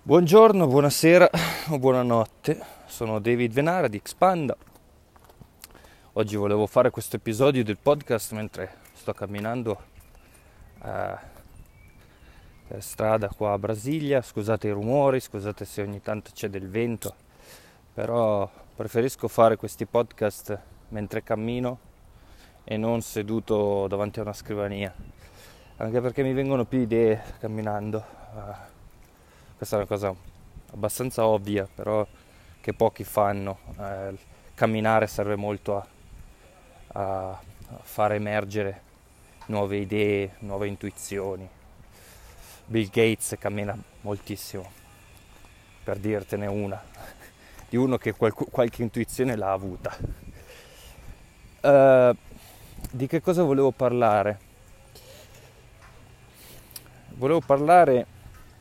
Buongiorno, buonasera o buonanotte, sono David Venara di Xpanda. Oggi volevo fare questo episodio del podcast mentre sto camminando per strada qua a Brasilia. Scusate i rumori, scusate se ogni tanto c'è del vento, però preferisco fare questi podcast mentre cammino e non seduto davanti a una scrivania, anche perché mi vengono più idee camminando. Questa è una cosa abbastanza ovvia, però che pochi fanno. Camminare serve molto a far emergere nuove idee, nuove intuizioni. Bill Gates cammina moltissimo, per dirtene una, di uno che qualche intuizione l'ha avuta. Di che cosa volevo parlare? Volevo parlare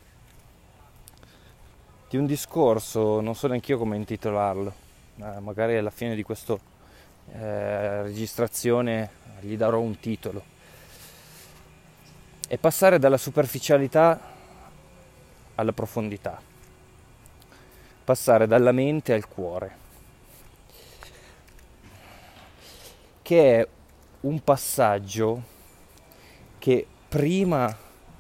di un discorso, non so neanche io come intitolarlo, magari alla fine di questa registrazione gli darò un titolo. È passare dalla superficialità alla profondità, passare dalla mente al cuore, che è un passaggio che prima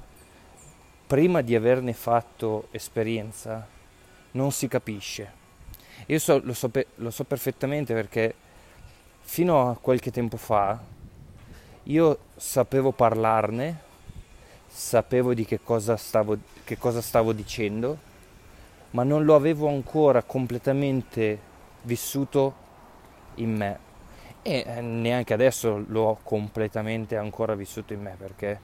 di averne fatto esperienza non si capisce. Io lo so perfettamente, perché fino a qualche tempo fa io sapevo parlarne, sapevo di che cosa stavo dicendo, ma non lo avevo ancora completamente vissuto in me, e neanche adesso l'ho completamente ancora vissuto in me, perché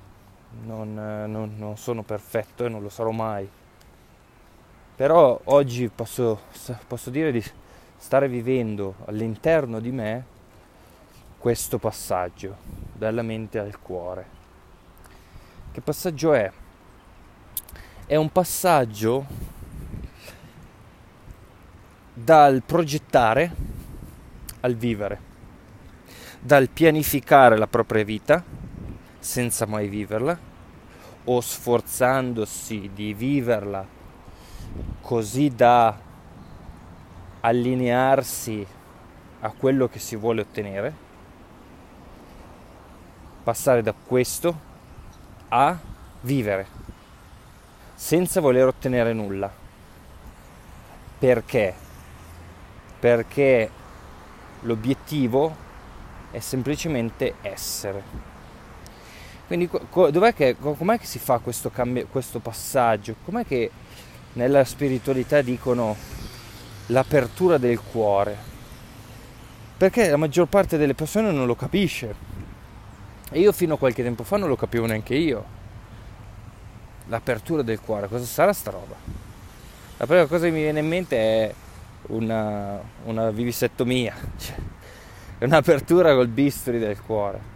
non sono perfetto e non lo sarò mai. Però oggi posso dire di stare vivendo all'interno di me questo passaggio dalla mente al cuore. Che passaggio è? È un passaggio dal progettare al vivere, dal pianificare la propria vita senza mai viverla, o sforzandosi di viverla così da allinearsi a quello che si vuole ottenere, passare da questo a vivere senza voler ottenere nulla. Perché? Perché l'obiettivo è semplicemente essere. Quindi com'è che si fa questo passaggio? Com'è che nella spiritualità dicono l'apertura del cuore? Perché la maggior parte delle persone non lo capisce, e io fino a qualche tempo fa non lo capivo neanche io. L'apertura del cuore, cosa sarà sta roba? La prima cosa che mi viene in mente è una vivisectomia, cioè un'apertura col bisturi del cuore.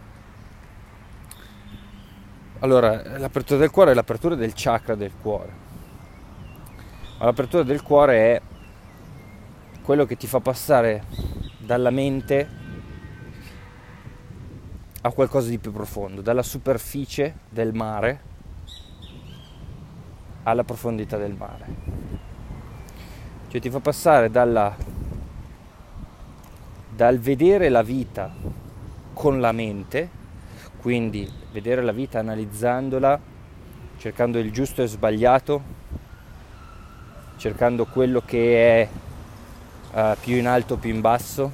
Allora, l'apertura del cuore è l'apertura del chakra del cuore. L'apertura del cuore è quello che ti fa passare dalla mente a qualcosa di più profondo, dalla superficie del mare alla profondità del mare. Cioè ti fa passare dal vedere la vita con la mente, quindi vedere la vita analizzandola, cercando il giusto e sbagliato, cercando quello che è più in alto, più in basso,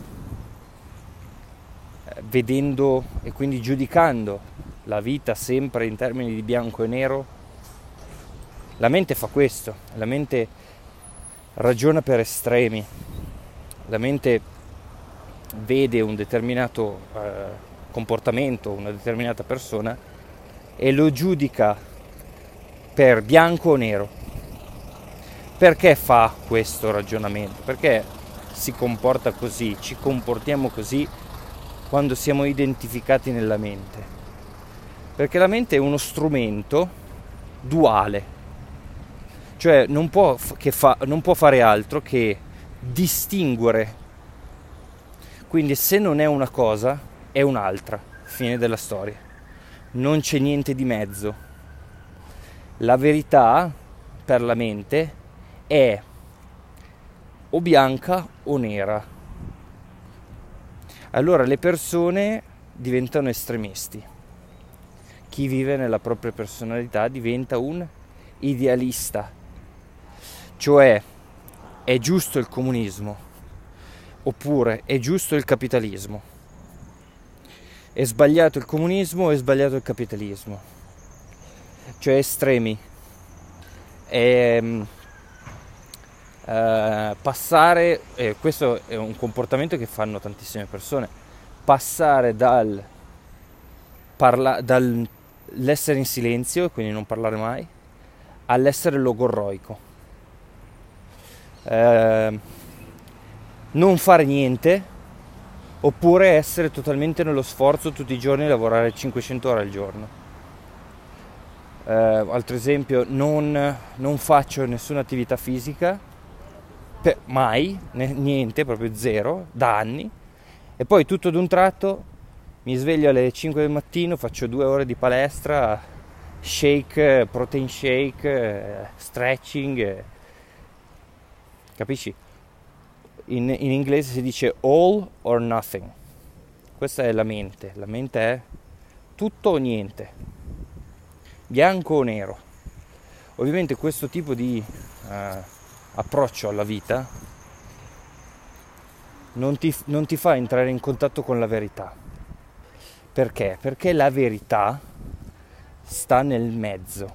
vedendo e quindi giudicando la vita sempre in termini di bianco e nero. La mente fa questo, la mente ragiona per estremi, la mente vede un determinato comportamento, una determinata persona, e lo giudica per bianco o nero. Perché fa questo ragionamento? Perché si comporta così, ci comportiamo così quando siamo identificati nella mente? Perché la mente è uno strumento duale, cioè non può fare altro che distinguere. Quindi se non è una cosa, è un'altra, fine della storia. Non c'è niente di mezzo. La verità per la mente è o bianca o nera. Allora le persone diventano estremisti. Chi vive nella propria personalità diventa un idealista. Cioè, è giusto il comunismo oppure è giusto il capitalismo? È sbagliato il comunismo, è sbagliato il capitalismo? Cioè estremi. Passare, questo è un comportamento che fanno tantissime persone, passare dall'essere in silenzio e quindi non parlare mai all'essere logorroico. Non fare niente oppure essere totalmente nello sforzo tutti i giorni e lavorare 500 ore al giorno. Altro esempio, non faccio nessuna attività fisica mai, niente, proprio zero, da anni, e poi tutto d'un tratto mi sveglio alle 5 del mattino, faccio 2 ore di palestra, shake, protein shake, stretching, capisci? In inglese si dice all or nothing. Questa è la mente è tutto o niente, bianco o nero. Ovviamente questo tipo di approccio alla vita non ti fa entrare in contatto con la verità. Perché? Perché la verità sta nel mezzo.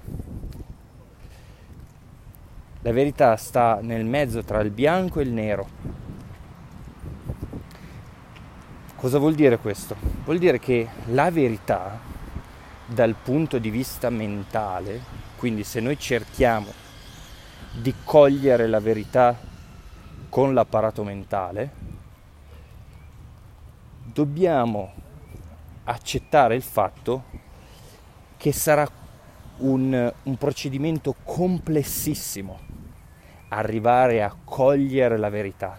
La verità sta nel mezzo tra il bianco e il nero. Cosa vuol dire questo? Vuol dire che la verità, dal punto di vista mentale, quindi se noi cerchiamo di cogliere la verità con l'apparato mentale, dobbiamo accettare il fatto che sarà un procedimento complessissimo arrivare a cogliere la verità,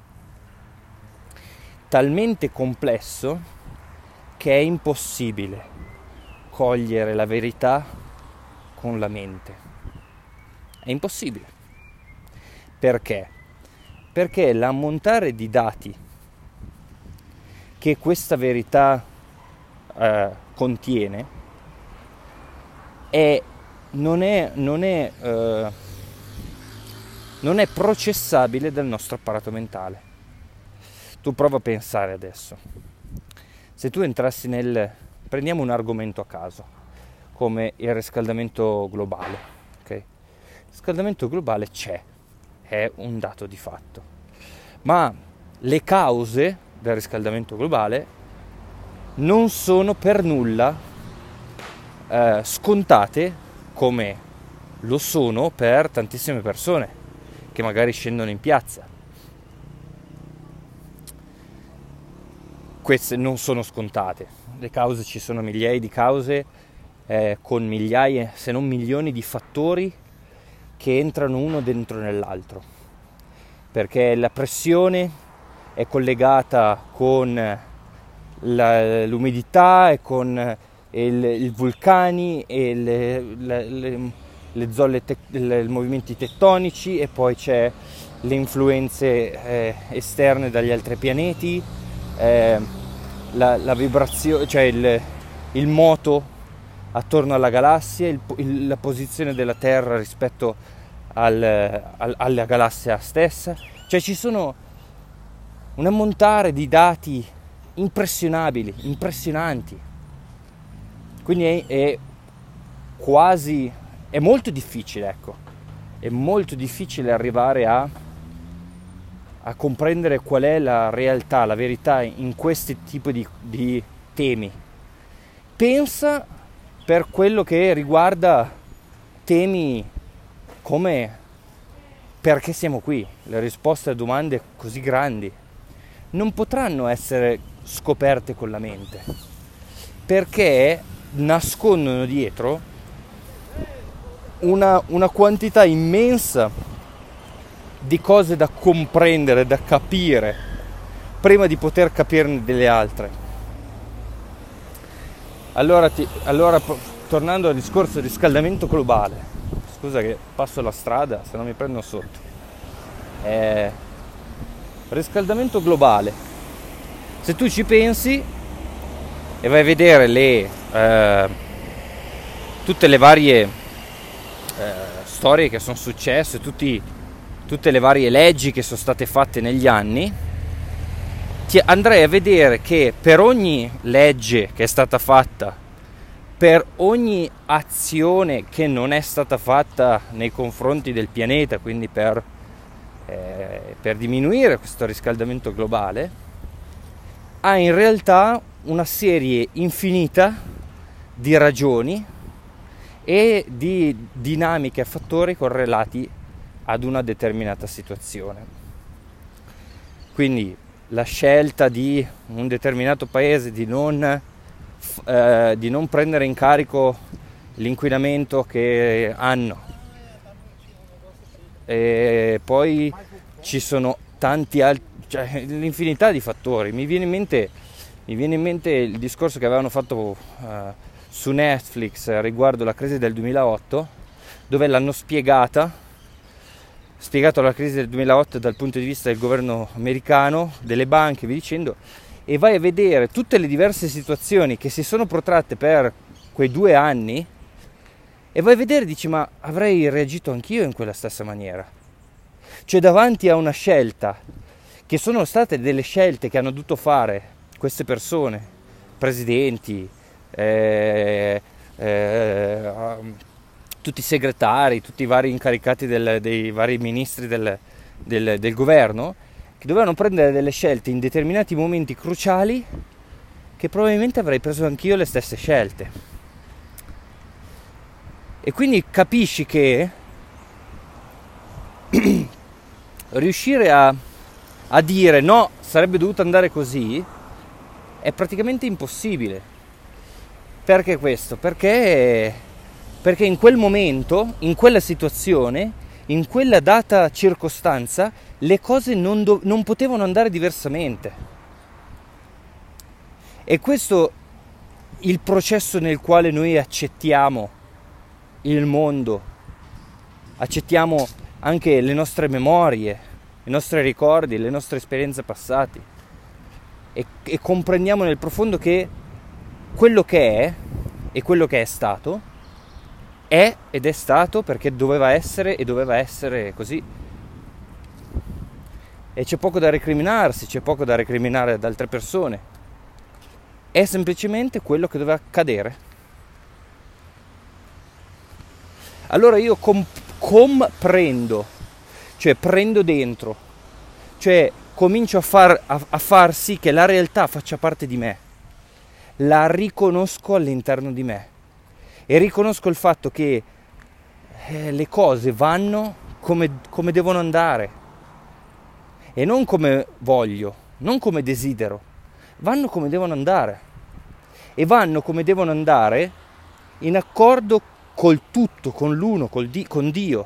talmente complesso che è impossibile cogliere la verità con la mente. È impossibile. Perché? Perché l'ammontare di dati che questa verità contiene non è processabile dal nostro apparato mentale. Tu prova a pensare adesso. Se tu entrassi prendiamo un argomento a caso, come il riscaldamento globale, ok? Il riscaldamento globale è un dato di fatto, ma le cause del riscaldamento globale non sono per nulla scontate come lo sono per tantissime persone che magari scendono in piazza. Queste non sono scontate. Le cause, ci sono migliaia di cause con migliaia, se non milioni di fattori che entrano uno dentro nell'altro, perché la pressione è collegata con l'umidità e con i vulcani e le zone i movimenti tettonici, e poi c'è le influenze esterne dagli altri pianeti, la vibrazione, cioè il moto attorno alla galassia, la posizione della Terra rispetto alla galassia stessa. Cioè ci sono un ammontare di dati impressionanti. Quindi è molto difficile, ecco. È molto difficile arrivare a comprendere qual è la realtà, la verità in questi tipi di temi. Pensa per quello che riguarda temi come perché siamo qui. Le risposte a domande così grandi non potranno essere scoperte con la mente, perché nascondono dietro una quantità immensa di cose da comprendere, da capire, prima di poter capirne delle altre. Allora tornando al discorso del riscaldamento globale, scusa che passo la strada, se no mi prendono sotto. Riscaldamento globale. Se tu ci pensi e vai a vedere tutte le varie storie che sono successe, tutte le varie leggi che sono state fatte negli anni, andrei a vedere che per ogni legge che è stata fatta, per ogni azione che non è stata fatta nei confronti del pianeta, quindi per diminuire questo riscaldamento globale, ha in realtà una serie infinita di ragioni e di dinamiche e fattori correlati ad una determinata situazione. Quindi la scelta di un determinato paese di non prendere in carico l'inquinamento che hanno, e poi ci sono tanti altri, cioè l'infinità di fattori. Mi viene in mente il discorso che avevano fatto su Netflix riguardo la crisi del 2008, dove l'hanno spiegato la crisi del 2008 dal punto di vista del governo americano, delle banche, vi dicendo, e vai a vedere tutte le diverse situazioni che si sono protratte per quei 2 anni e vai a vedere e dici: ma avrei reagito anch'io in quella stessa maniera. Cioè, davanti a una scelta, che sono state delle scelte che hanno dovuto fare queste persone, presidenti, tutti i segretari, tutti i vari incaricati dei vari ministri del governo, che dovevano prendere delle scelte in determinati momenti cruciali, che probabilmente avrei preso anch'io le stesse scelte. E quindi capisci che riuscire a dire no, sarebbe dovuto andare così, è praticamente impossibile. Perché questo? Perché in quel momento, in quella situazione, in quella data circostanza, le cose non potevano andare diversamente. E questo è il processo nel quale noi accettiamo il mondo, accettiamo anche le nostre memorie, i nostri ricordi, le nostre esperienze passate, e comprendiamo nel profondo che quello che è e quello che è stato è ed è stato perché doveva essere così. E c'è poco da recriminarsi, c'è poco da recriminare ad altre persone. È semplicemente quello che doveva accadere. Allora io comprendo, cioè prendo dentro, cioè comincio a far sì che la realtà faccia parte di me, la riconosco all'interno di me e riconosco il fatto che le cose vanno come devono andare e non come voglio, non come desidero, vanno come devono andare, e vanno come devono andare in accordo col tutto, con l'uno, con Dio.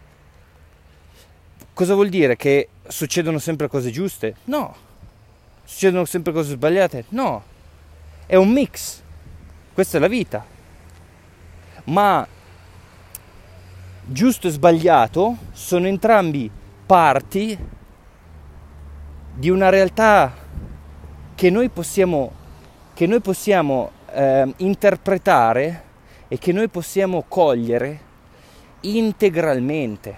Cosa vuol dire? Che succedono sempre cose giuste? No. Succedono sempre cose sbagliate? No. È un mix. Questa è la vita. Ma giusto e sbagliato sono entrambi parti di una realtà che noi possiamo interpretare e che noi possiamo cogliere integralmente,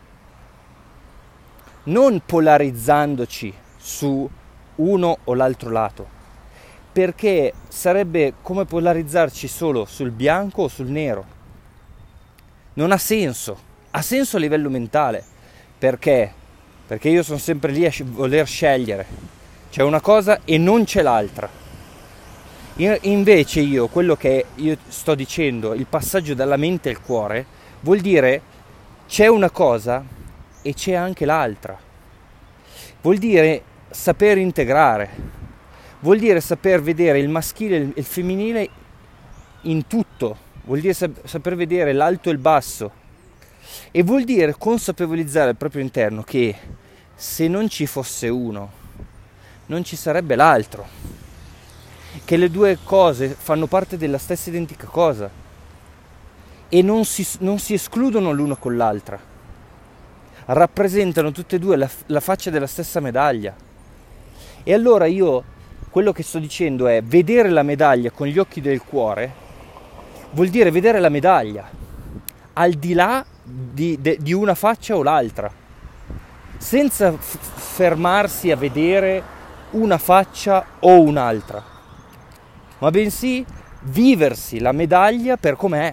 non polarizzandoci su uno o l'altro lato, perché sarebbe come polarizzarci solo sul bianco o sul nero. Non ha senso. Ha senso a livello mentale. Perché? Perché io sono sempre lì a voler scegliere. C'è una cosa e non c'è l'altra. Invece quello che io sto dicendo, il passaggio dalla mente al cuore, vuol dire c'è una cosa e c'è anche l'altra. Vuol dire saper integrare, vuol dire saper vedere il maschile e il femminile in tutto, vuol dire saper vedere l'alto e il basso, e vuol dire consapevolizzare al proprio interno che se non ci fosse uno, non ci sarebbe l'altro, che le due cose fanno parte della stessa identica cosa. e non si escludono l'una con l'altra, rappresentano tutte e due la faccia della stessa medaglia. E allora quello che sto dicendo è: vedere la medaglia con gli occhi del cuore vuol dire vedere la medaglia al di là di una faccia o l'altra, senza fermarsi a vedere una faccia o un'altra, ma bensì viversi la medaglia per com'è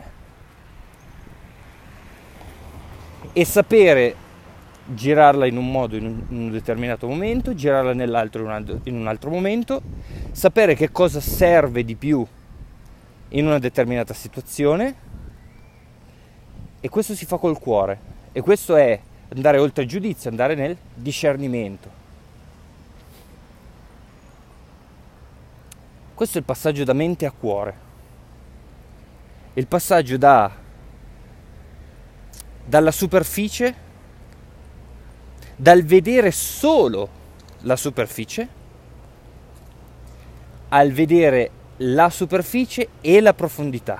e sapere girarla in un modo in un determinato momento, girarla nell'altro in un altro momento, sapere che cosa serve di più in una determinata situazione, e questo si fa col cuore, e questo è andare oltre il giudizio, andare nel discernimento. Questo è il passaggio da mente a cuore, il passaggio dalla superficie, dal vedere solo la superficie, al vedere la superficie e la profondità.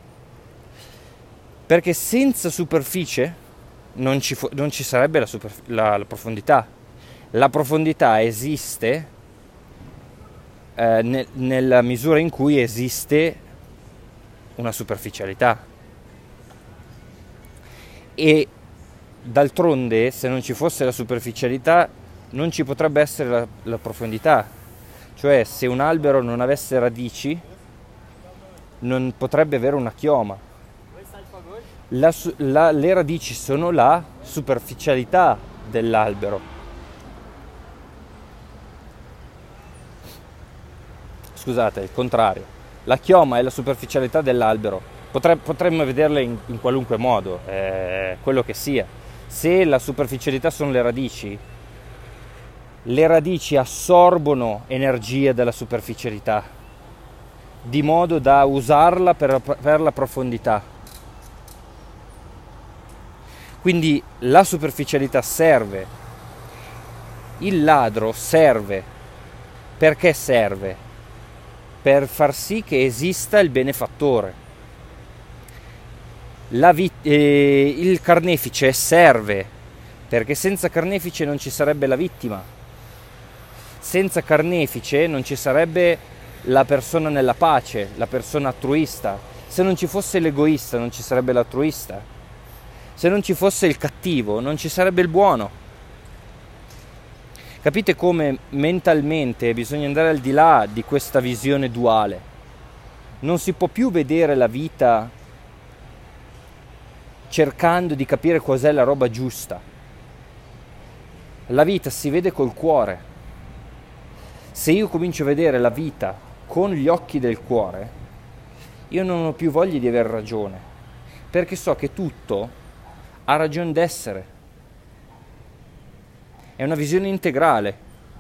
Perché senza superficie non ci sarebbe la profondità. La profondità esiste nella misura in cui esiste una superficialità. E d'altronde, se non ci fosse la superficialità, non ci potrebbe essere la profondità. Cioè, se un albero non avesse radici, non potrebbe avere una chioma. Le radici sono la superficialità dell'albero. Scusate, è il contrario. La chioma è la superficialità dell'albero. Potremmo vederle in qualunque modo, quello che sia. Se la superficialità sono le radici assorbono energia dalla superficialità, di modo da usarla per la profondità. Quindi la superficialità serve, il ladro serve. Perché serve? Per far sì che esista il benefattore. Il carnefice serve perché senza carnefice non ci sarebbe la vittima, senza carnefice non ci sarebbe la persona nella pace, la persona altruista. Se non ci fosse l'egoista non ci sarebbe l'altruista, se non ci fosse il cattivo non ci sarebbe il buono. Capite come mentalmente bisogna andare al di là di questa visione duale. Non si può più vedere la vita cercando di capire cos'è la roba giusta. La vita si vede col cuore. Se io comincio a vedere la vita con gli occhi del cuore, io non ho più voglia di aver ragione, perché so che tutto ha ragione d'essere. È una visione integrale.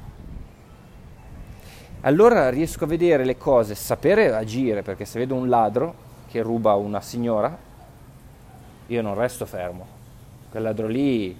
Allora riesco a vedere le cose, sapere agire, perché se vedo un ladro che ruba una signora, io non resto fermo. Quel ladro lì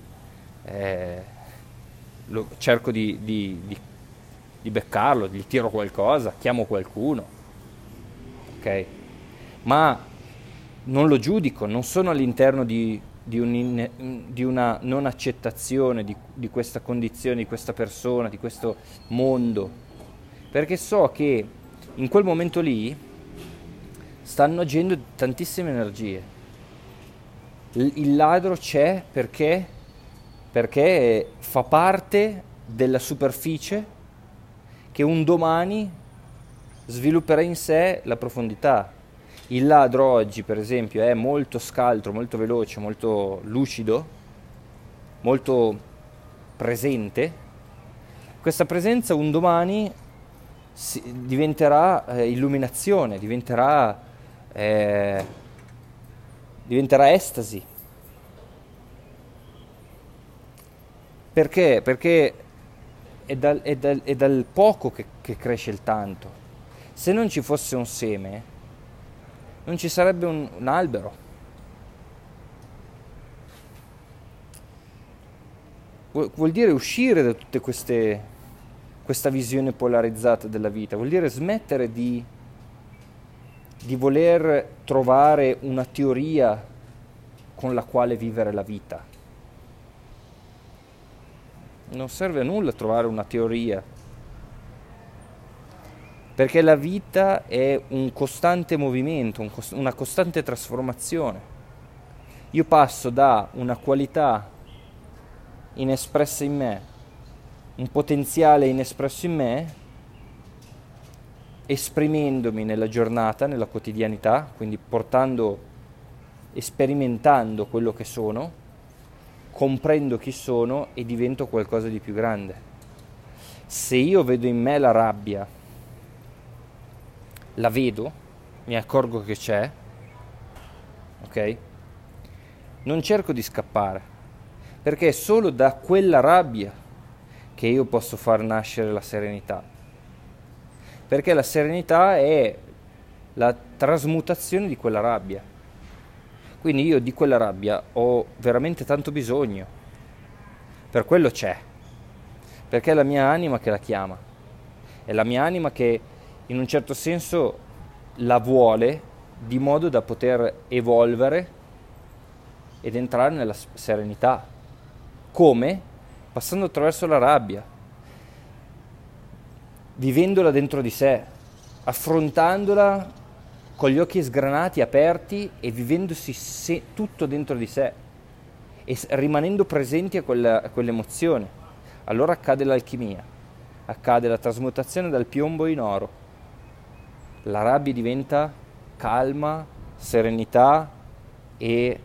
cerco di beccarlo, gli tiro qualcosa, chiamo qualcuno, ok? Ma non lo giudico, non sono all'interno di una non accettazione di questa condizione, di questa persona, di questo mondo, perché so che in quel momento lì stanno agendo tantissime energie. Il ladro c'è perché fa parte della superficie che un domani svilupperà in sé la profondità. Il ladro oggi, per esempio, è molto scaltro, molto veloce, molto lucido, molto presente. Questa presenza un domani diventerà illuminazione, diventerà estasi. Perché? Perché è dal poco che cresce il tanto. Se non ci fosse un seme, non ci sarebbe un albero. Vuol dire uscire da tutte questa visione polarizzata della vita, vuol dire smettere di di voler trovare una teoria con la quale vivere la vita. Non serve a nulla trovare una teoria, perché la vita è un costante movimento, una costante trasformazione. Io passo da una qualità inespressa in me, un potenziale inespresso in me, esprimendomi nella giornata, nella quotidianità, quindi e sperimentando quello che sono, comprendo chi sono e divento qualcosa di più grande. Se io vedo in me la rabbia, la vedo, mi accorgo che c'è, ok? Non cerco di scappare, perché è solo da quella rabbia che io posso far nascere la serenità. Perché la serenità è la trasmutazione di quella rabbia. Quindi io di quella rabbia ho veramente tanto bisogno. Per quello c'è. Perché è la mia anima che la chiama. È la mia anima che in un certo senso la vuole di modo da poter evolvere ed entrare nella serenità. Come? Passando attraverso la rabbia, vivendola dentro di sé, affrontandola con gli occhi sgranati, aperti e vivendosi tutto dentro di sé e rimanendo presenti a quell'emozione. Allora accade l'alchimia, accade la trasmutazione dal piombo in oro. La rabbia diventa calma, serenità e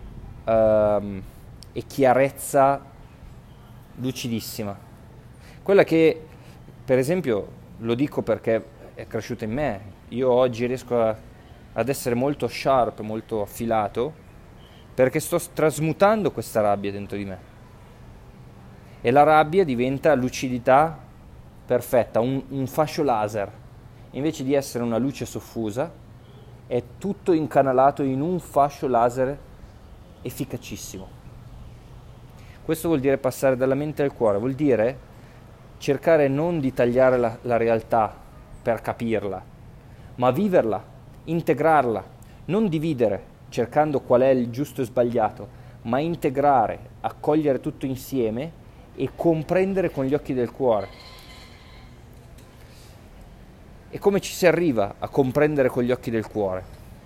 chiarezza lucidissima. Quella che, per esempio, lo dico perché è cresciuta in me. Io oggi riesco ad essere molto sharp, molto affilato, perché sto trasmutando questa rabbia dentro di me. E la rabbia diventa lucidità perfetta, un fascio laser. Invece di essere una luce soffusa, è tutto incanalato in un fascio laser efficacissimo. Questo vuol dire passare dalla mente al cuore, vuol dire cercare non di tagliare la realtà per capirla, ma viverla, integrarla, non dividere cercando qual è il giusto e sbagliato, ma integrare, accogliere tutto insieme e comprendere con gli occhi del cuore. E come ci si arriva a comprendere con gli occhi del cuore?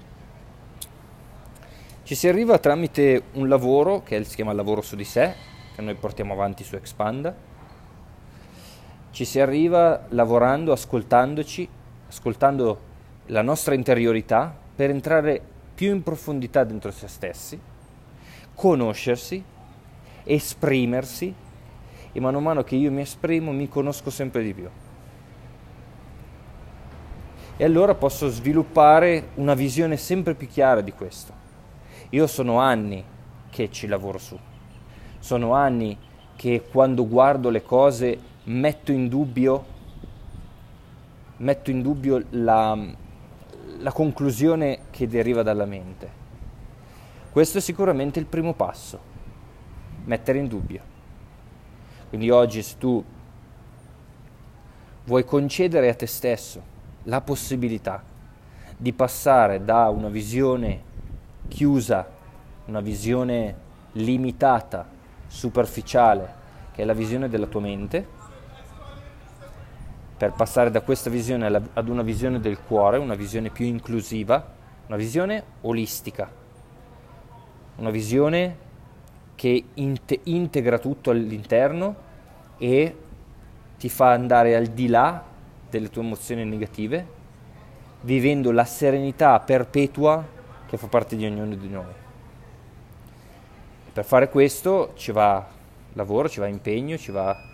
Ci si arriva tramite un lavoro che si chiama lavoro su di sé, che noi portiamo avanti su Expanda. Ci si arriva lavorando, ascoltandoci, ascoltando la nostra interiorità per entrare più in profondità dentro se stessi, conoscersi, esprimersi e mano a mano che io mi esprimo mi conosco sempre di più. E allora posso sviluppare una visione sempre più chiara di questo. Io sono anni che ci lavoro su, sono anni che quando guardo le cose metto in dubbio la conclusione che deriva dalla mente. Questo è sicuramente il primo passo, mettere in dubbio. Quindi oggi, se tu vuoi concedere a te stesso la possibilità di passare da una visione chiusa, una visione limitata, superficiale, che è la visione della tua mente, per passare da questa visione ad una visione del cuore, una visione più inclusiva, una visione olistica, una visione che integra tutto all'interno e ti fa andare al di là delle tue emozioni negative, vivendo la serenità perpetua che fa parte di ognuno di noi. Per fare questo ci va lavoro, ci va impegno, ci va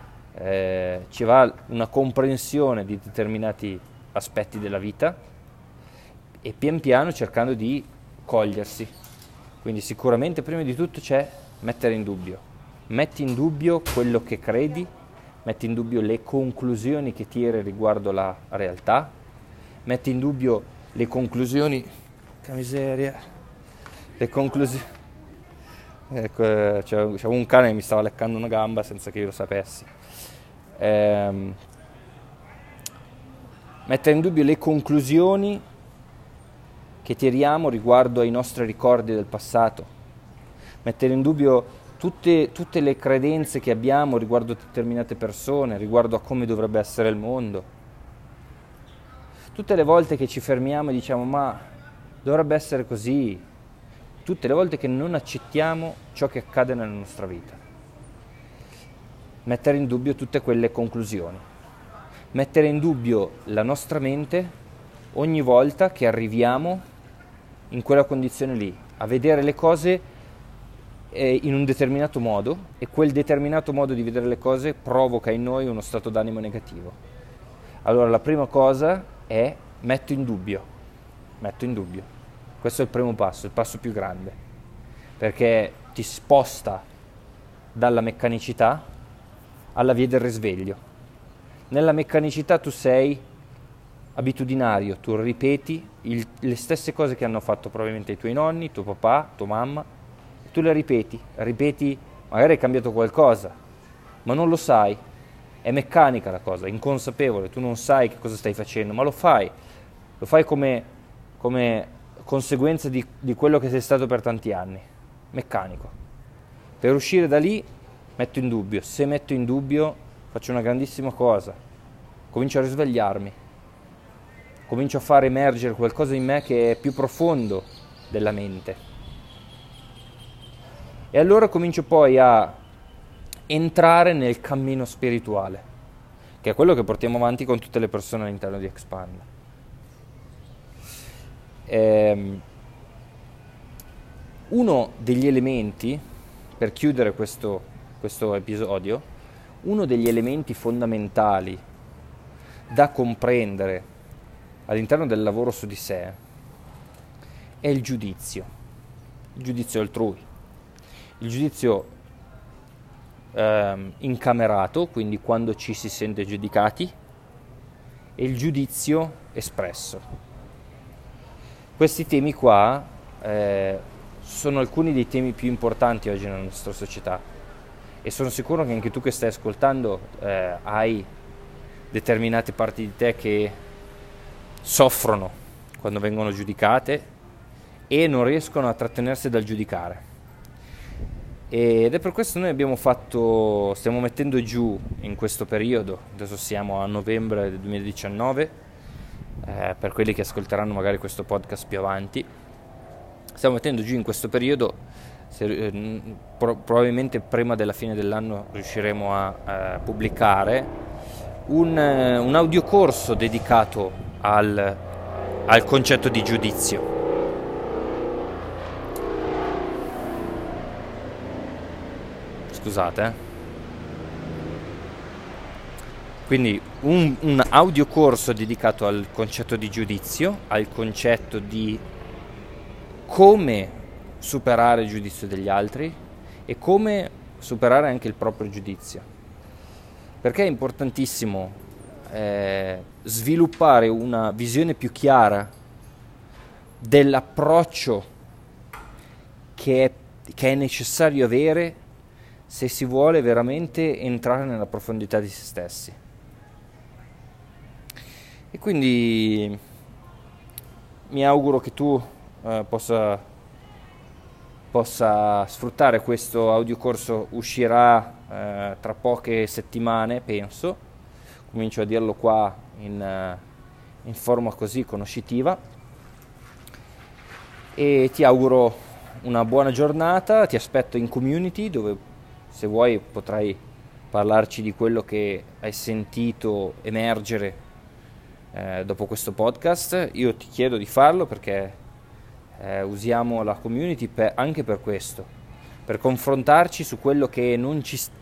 una comprensione di determinati aspetti della vita e pian piano cercando di cogliersi. Quindi sicuramente prima di tutto c'è mettere in dubbio. Metti in dubbio quello che credi, metti in dubbio le conclusioni che tiri riguardo la realtà, metti in dubbio le conclusioni, che miseria, le conclusioni. Ecco, c'è un cane che mi stava leccando una gamba senza che io lo sapessi. Mettere in dubbio le conclusioni che tiriamo riguardo ai nostri ricordi del passato, mettere in dubbio tutte le credenze che abbiamo riguardo a determinate persone, riguardo a come dovrebbe essere il mondo. Tutte le volte che ci fermiamo e diciamo ma dovrebbe essere così, tutte le volte che non accettiamo ciò che accade nella nostra vita. Mettere in dubbio tutte quelle conclusioni, mettere in dubbio la nostra mente ogni volta che arriviamo in quella condizione lì, a vedere le cose in un determinato modo, e quel determinato modo di vedere le cose provoca in noi uno stato d'animo negativo. Allora la prima cosa è metto in dubbio. Questo è il primo passo, il passo più grande, perché ti sposta dalla meccanicità alla via del risveglio. Nella meccanicità tu sei abitudinario, tu ripeti le stesse cose che hanno fatto probabilmente i tuoi nonni, tuo papà, tua mamma, tu le ripeti, magari hai cambiato qualcosa, ma non lo sai, è meccanica la cosa, inconsapevole, tu non sai che cosa stai facendo, ma lo fai come conseguenza di quello che sei stato per tanti anni, meccanico. Per uscire da lì metto in dubbio, se metto in dubbio faccio una grandissima cosa, comincio a risvegliarmi, comincio a far emergere qualcosa in me che è più profondo della mente. E allora comincio poi a entrare nel cammino spirituale, che è quello che portiamo avanti con tutte le persone all'interno di Expand. Uno degli elementi, per chiudere questo episodio, uno degli elementi fondamentali da comprendere all'interno del lavoro su di sé è il giudizio altrui. Il giudizio incamerato, quindi quando ci si sente giudicati, e il giudizio espresso. Questi temi qua sono alcuni dei temi più importanti oggi nella nostra società, e sono sicuro che anche tu che stai ascoltando hai determinate parti di te che soffrono quando vengono giudicate e non riescono a trattenersi dal giudicare. Ed è per questo noi stiamo mettendo giù in questo periodo, adesso siamo a novembre del 2019, per quelli che ascolteranno magari questo podcast più avanti, stiamo mettendo giù in questo periodo, probabilmente prima della fine dell'anno riusciremo a pubblicare un audiocorso dedicato al concetto di giudizio. Scusate. Quindi un audiocorso dedicato al concetto di giudizio, al concetto di come superare il giudizio degli altri e come superare anche il proprio giudizio. Perché è importantissimo sviluppare una visione più chiara dell'approccio che è necessario avere se si vuole veramente entrare nella profondità di se stessi. E quindi mi auguro che tu possa sfruttare questo audiocorso. Uscirà tra poche settimane, penso, comincio a dirlo qua in forma così conoscitiva, e ti auguro una buona giornata. Ti aspetto in community, dove se vuoi potrai parlarci di quello che hai sentito emergere dopo questo podcast. Io ti chiedo di farlo perché usiamo la community anche per questo, per confrontarci su quello che non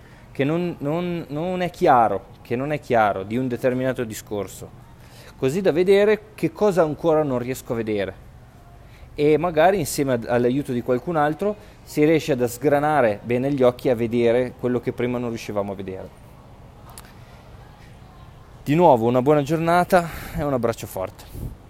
è chiaro di un determinato discorso, così da vedere che cosa ancora non riesco a vedere, e magari insieme all'aiuto di qualcun altro si riesce ad sgranare bene gli occhi a vedere quello che prima non riuscivamo a vedere. Di nuovo una buona giornata e un abbraccio forte.